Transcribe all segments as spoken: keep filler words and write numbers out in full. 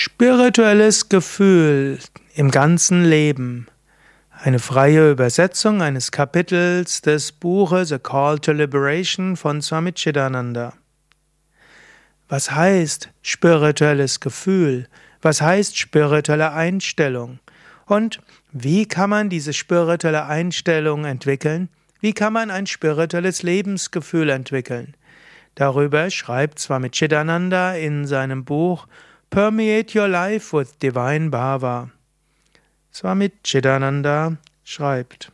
Spirituelles Gefühl im ganzen Leben. Eine freie Übersetzung eines Kapitels des Buches A Call to Liberation von Swami Chidananda. Was heißt spirituelles Gefühl? Was heißt spirituelle Einstellung? Und wie kann man diese spirituelle Einstellung entwickeln? Wie kann man ein spirituelles Lebensgefühl entwickeln? Darüber schreibt Swami Chidananda in seinem Buch Permeate Your Life with Divine Bhava. Swami Chidananda schreibt: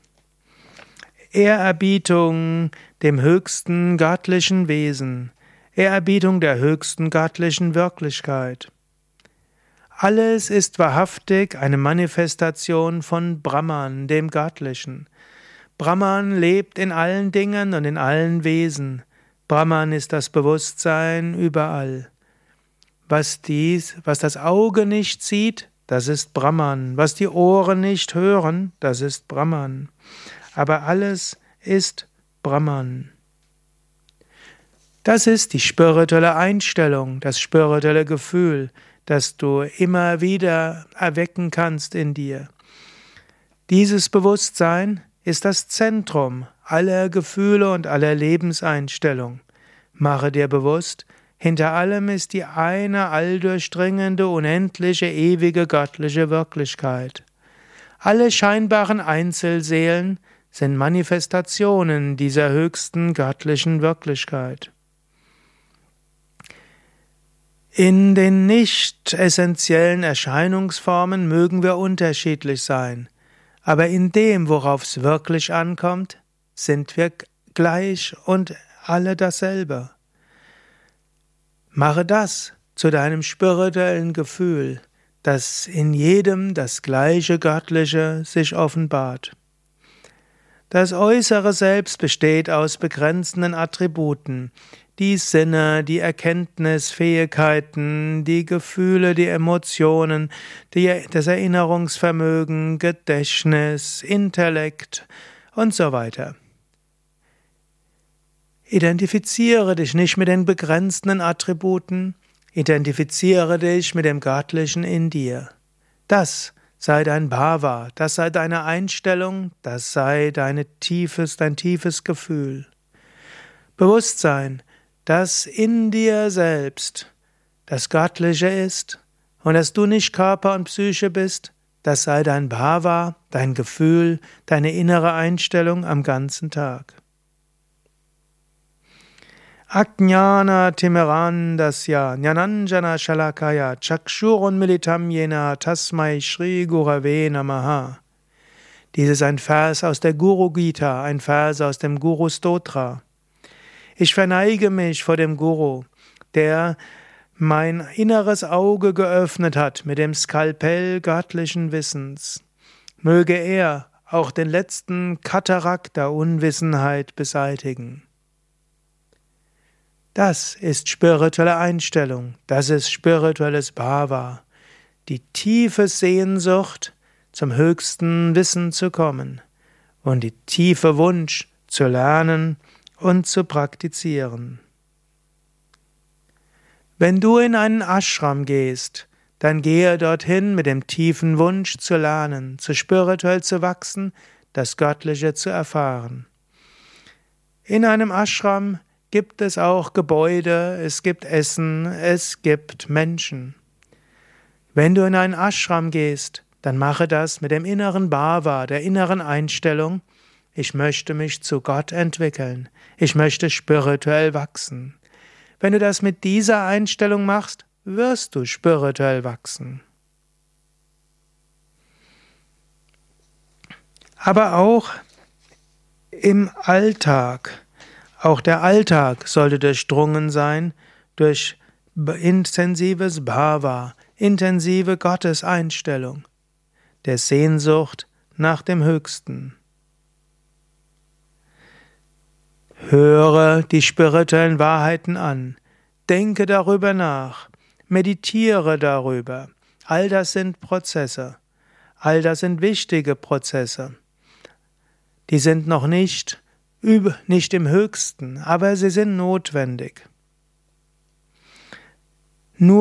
Ehrerbietung dem höchsten göttlichen Wesen, Ehrerbietung der höchsten göttlichen Wirklichkeit. Alles ist wahrhaftig eine Manifestation von Brahman, dem Göttlichen. Brahman lebt in allen Dingen und in allen Wesen. Brahman ist das Bewusstsein überall. Was dies, was das Auge nicht sieht, das ist Brahman. Was die Ohren nicht hören, das ist Brahman. Aber alles ist Brahman. Das ist die spirituelle Einstellung, das spirituelle Gefühl, das du immer wieder erwecken kannst in dir. Dieses Bewusstsein ist das Zentrum aller Gefühle und aller Lebenseinstellung. Mache dir bewusst, hinter allem ist die eine alldurchdringende, unendliche, ewige göttliche Wirklichkeit. Alle scheinbaren Einzelseelen sind Manifestationen dieser höchsten göttlichen Wirklichkeit. In den nicht essentiellen Erscheinungsformen mögen wir unterschiedlich sein, aber in dem, worauf es wirklich ankommt, sind wir gleich und alle dasselbe. Mache das zu deinem spirituellen Gefühl, dass in jedem das gleiche Göttliche sich offenbart. Das äußere Selbst besteht aus begrenzenden Attributen, die Sinne, die Erkenntnisfähigkeiten, die Gefühle, die Emotionen, die, das Erinnerungsvermögen, Gedächtnis, Intellekt und so weiter. Identifiziere dich nicht mit den begrenzten Attributen, identifiziere dich mit dem Göttlichen in dir. Das sei dein Bhava, das sei deine Einstellung, das sei deine tiefes, dein tiefes Gefühl. Bewusstsein, dass in dir selbst das Göttliche ist und dass du nicht Körper und Psyche bist, das sei dein Bhava, dein Gefühl, deine innere Einstellung am ganzen Tag. Ajnana timirandasya jnananjana shalakaya chakshurunmilitam yena tasmai Shri Gurave Namaha. Dies ist ein Vers aus der Guru Gita, ein Vers aus dem Guru Stotra. Ich verneige mich vor dem Guru, der mein inneres Auge geöffnet hat mit dem Skalpell göttlichen Wissens. Möge er auch den letzten Katarakt der Unwissenheit beseitigen. Das ist spirituelle Einstellung, das ist spirituelles Bhava, die tiefe Sehnsucht, zum höchsten Wissen zu kommen und die tiefe Wunsch zu lernen und zu praktizieren. Wenn du in einen Ashram gehst, dann gehe dorthin mit dem tiefen Wunsch zu lernen, zu spirituell zu wachsen, das Göttliche zu erfahren. In einem Ashram gibt es auch Gebäude, es gibt Essen, es gibt Menschen. Wenn du in einen Ashram gehst, dann mache das mit dem inneren Bhava, der inneren Einstellung: Ich möchte mich zu Gott entwickeln, ich möchte spirituell wachsen. Wenn du das mit dieser Einstellung machst, wirst du spirituell wachsen. Aber auch im Alltag. Auch der Alltag sollte durchdrungen sein durch intensives Bhava, intensive Gotteseinstellung, der Sehnsucht nach dem Höchsten. Höre die spirituellen Wahrheiten an, denke darüber nach, meditiere darüber. All das sind Prozesse, all das sind wichtige Prozesse. Die sind noch nicht nicht im Höchsten, aber sie sind notwendig. Nur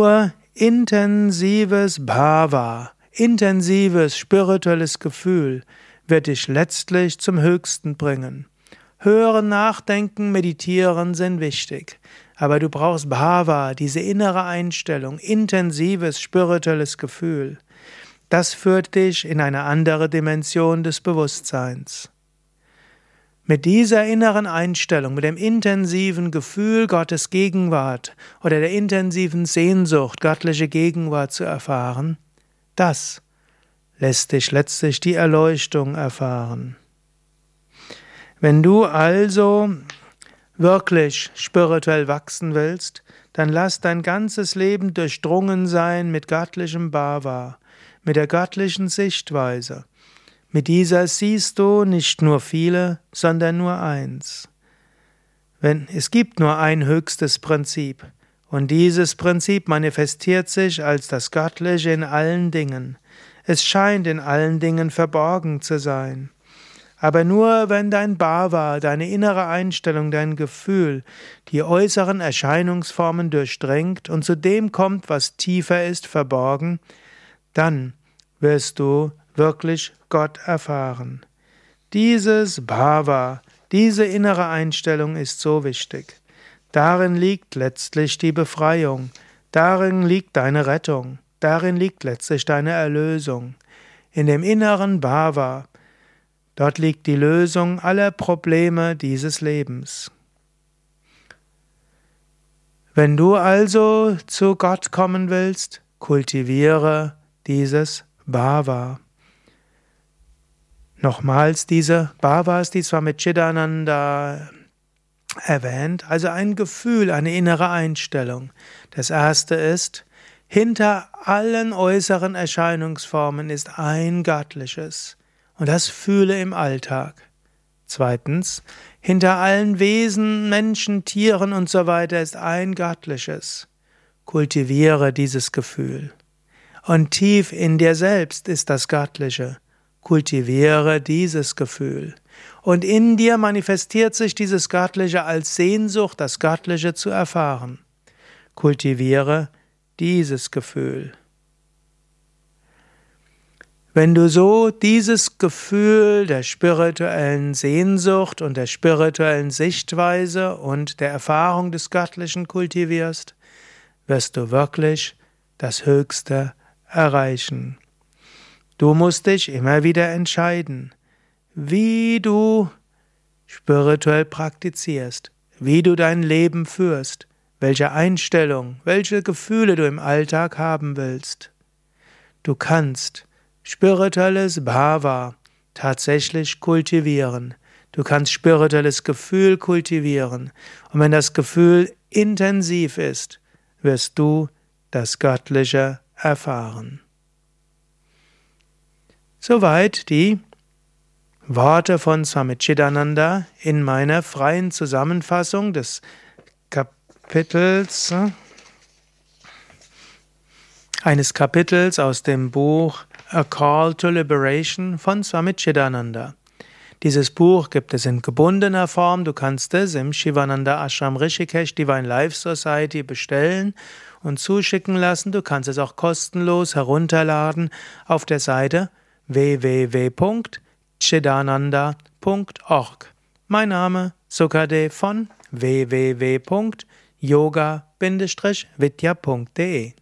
intensives Bhava, intensives spirituelles Gefühl wird dich letztlich zum Höchsten bringen. Hören, Nachdenken, Meditieren sind wichtig, aber du brauchst Bhava, diese innere Einstellung, intensives spirituelles Gefühl. Das führt dich in eine andere Dimension des Bewusstseins. Mit dieser inneren Einstellung, mit dem intensiven Gefühl Gottes Gegenwart oder der intensiven Sehnsucht, göttliche Gegenwart zu erfahren, das lässt dich letztlich die Erleuchtung erfahren. Wenn du also wirklich spirituell wachsen willst, dann lass dein ganzes Leben durchdrungen sein mit göttlichem Bhava, mit der göttlichen Sichtweise. Mit dieser siehst du nicht nur viele, sondern nur eins. Wenn, es gibt nur ein höchstes Prinzip, und dieses Prinzip manifestiert sich als das Göttliche in allen Dingen. Es scheint in allen Dingen verborgen zu sein. Aber nur wenn dein Bhava, deine innere Einstellung, dein Gefühl die äußeren Erscheinungsformen durchdringt und zu dem kommt, was tiefer ist, verborgen, dann wirst du wirklich Gott erfahren. Dieses Bhava, diese innere Einstellung ist so wichtig. Darin liegt letztlich die Befreiung, darin liegt deine Rettung, darin liegt letztlich deine Erlösung. In dem inneren Bhava, dort liegt die Lösung aller Probleme dieses Lebens. Wenn du also zu Gott kommen willst, kultiviere dieses Bhava. Nochmals diese Bhavas, die zwar mit Chidananda erwähnt, also ein Gefühl, eine innere Einstellung. Das erste ist, hinter allen äußeren Erscheinungsformen ist ein Göttliches. Und das fühle im Alltag. Zweitens, hinter allen Wesen, Menschen, Tieren und so weiter ist ein Göttliches. Kultiviere dieses Gefühl. Und tief in dir selbst ist das Göttliche. Kultiviere dieses Gefühl. Und in dir manifestiert sich dieses Göttliche als Sehnsucht, das Göttliche zu erfahren. Kultiviere dieses Gefühl. Wenn du so dieses Gefühl der spirituellen Sehnsucht und der spirituellen Sichtweise und der Erfahrung des Göttlichen kultivierst, wirst du wirklich das Höchste erreichen. Du musst dich immer wieder entscheiden, wie du spirituell praktizierst, wie du dein Leben führst, welche Einstellung, welche Gefühle du im Alltag haben willst. Du kannst spirituelles Bhava tatsächlich kultivieren. Du kannst spirituelles Gefühl kultivieren. Und wenn das Gefühl intensiv ist, wirst du das Göttliche erfahren. Soweit die Worte von Swami Chidananda in meiner freien Zusammenfassung des Kapitels, eines Kapitels aus dem Buch A Call to Liberation von Swami Chidananda. Dieses Buch gibt es in gebundener Form. Du kannst es im Shivananda Ashram Rishikesh Divine Life Society bestellen und zuschicken lassen. Du kannst es auch kostenlos herunterladen auf der Seite w w w punkt chidananda punkt org. Mein Name Sukadev von w w w punkt yoga Bindestrich vidya punkt de